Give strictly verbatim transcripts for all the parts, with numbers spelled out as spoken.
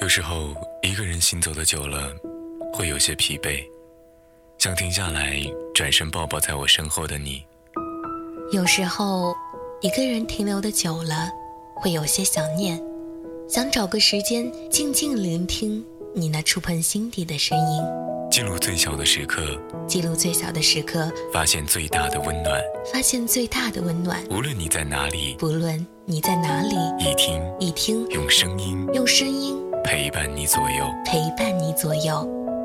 时候一个人行走的久了会有些疲惫，想停下来转身抱抱在我身后的你。 有时候一个人停留的久了会有些想念，想找个时间静静聆听你那触碰心底的声音， 记录最小的时刻， 记录最小的时刻， 发现最大的温暖， 发现最大的温暖。 无论你在哪里， 不论你在哪里， 一听一听， 用声音用声音陪伴你左右， 陪伴你左右。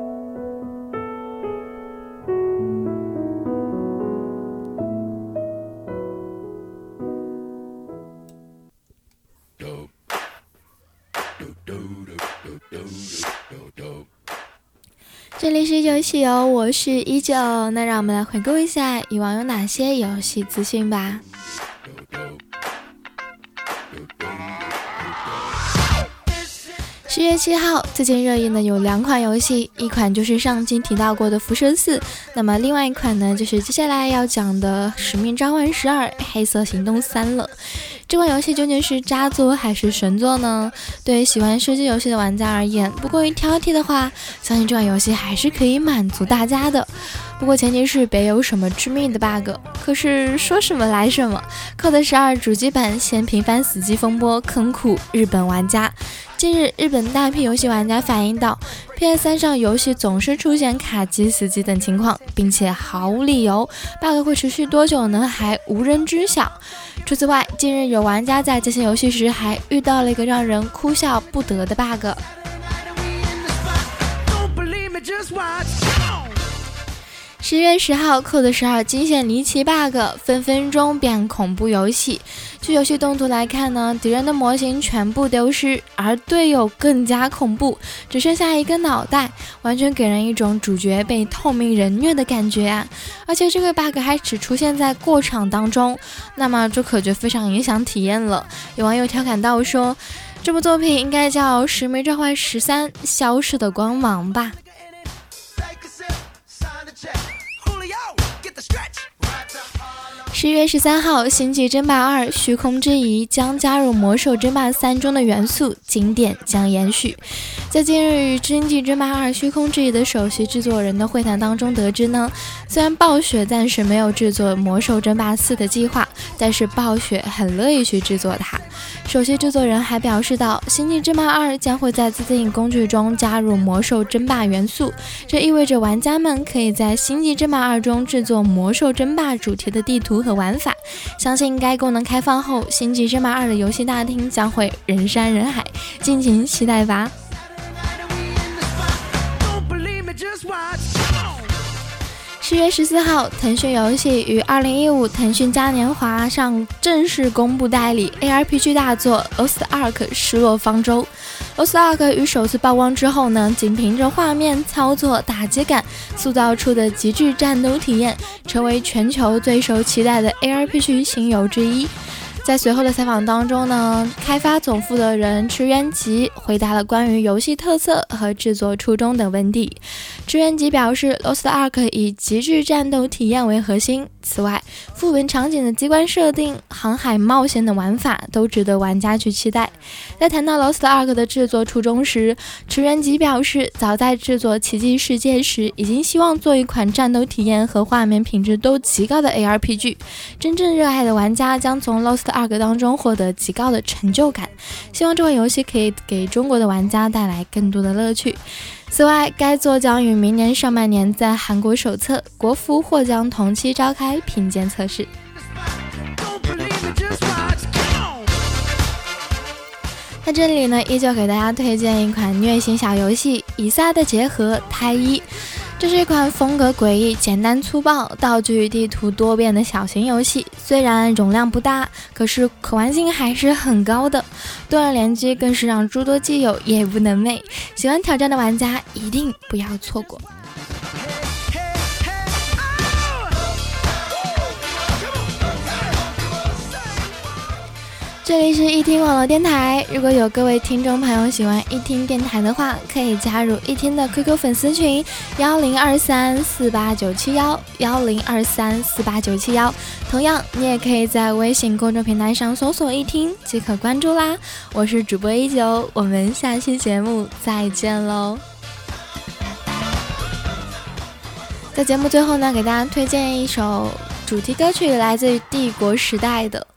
这里是游戏游，我是依旧。那让我们来回顾一下以往有哪些游戏资讯吧。十月七号，最近热议呢有两款游戏，一款就是上期提到过的《辐射四》，那么另外一款呢就是接下来要讲的《使命召唤十二：黑色行动三》了。这款游戏究竟是渣作还是神作呢？对于喜欢射击游戏的玩家而言，不过于挑剔的话，相信这款游戏还是可以满足大家的。不过前提是别有什么致命的 bug。可是说什么来什么 ，Code 十二主机版现频繁死机风波坑苦日本玩家。近日，日本大批游戏玩家反映到 P S 三 上游戏总是出现卡机、死机等情况，并且毫无理由 ，bug 会持续多久呢？还无人知晓。除此外，近日有玩家在进行游戏时还遇到了一个让人哭笑不得的 bug。十月十号 Code 十二惊现离奇 bug， 分分钟变恐怖游戏。据游戏动图来看呢，敌人的模型全部丢失，而队友更加恐怖，只剩下一个脑袋，完全给人一种主角被透明人虐的感觉啊！而且这个 bug 还只出现在过场当中，那么这可就非常影响体验了。有网友调侃到说，这部作品应该叫《使命召唤十三：消失的光芒》吧。十月十三号，《星际争霸二：虚空之遗》将加入《魔兽争霸三》中的元素，经典将延续。在近日与《星际争霸二：虚空之遗》的首席制作人的会谈当中得知呢，虽然暴雪暂时没有制作《魔兽争霸四》的计划，但是暴雪很乐意去制作它。首席制作人还表示到，《星际争霸二》将会在自定义工具中加入魔兽争霸元素，这意味着玩家们可以在《星际争霸二》中制作魔兽争霸主题的地图和玩法。相信该功能开放后，《星际争霸二》的游戏大厅将会人山人海，敬请期待吧。十月十四号，腾讯游戏于二零一五腾讯嘉年华上正式公布代理 A R P G 大作《Lost Ark 失落方舟》。Lost Ark 于首次曝光之后呢，仅凭着画面、操作、打击感塑造出的极致战斗体验，成为全球最受期待的 A R P G 新游之一。在随后的采访当中呢，开发总负责人池原吉回答了关于游戏特色和制作初衷等问题。池原吉表示 Lost Ark 以极致战斗体验为核心，此外副本场景的机关设定、航海冒险的玩法都值得玩家去期待。在谈到 Lost Ark 的制作初衷时，池原吉表示，早在制作奇迹世界时已经希望做一款战斗体验和画面品质都极高的 A R P G， 真正热爱的玩家将从 Lost Ark 当中获得极高的成就感，希望这款游戏可以给中国的玩家带来更多的乐趣。此外，该作将于明年上半年在韩国首测，国服或将同期召开品鉴测试。在这里呢，依旧给大家推荐一款虐心小游戏《以撒的结合太一》。这是一款风格诡异、简单粗暴、道具与地图多变的小型游戏，虽然容量不大，可是可玩性还是很高的。多人联机更是让诸多基友夜不能寐，喜欢挑战的玩家一定不要错过。 这里是一听网络电台，如果有各位听众朋友喜欢一听电台的话，可以加入一听的 Q Q 粉丝群幺零二三四八九七幺幺零二三四八九七幺，同样你也可以在微信公众平台上搜索一听即可关注啦。我是主播一九，我们下期节目再见喽。在节目最后呢，给大家推荐一首主题歌曲，来自于帝国时代的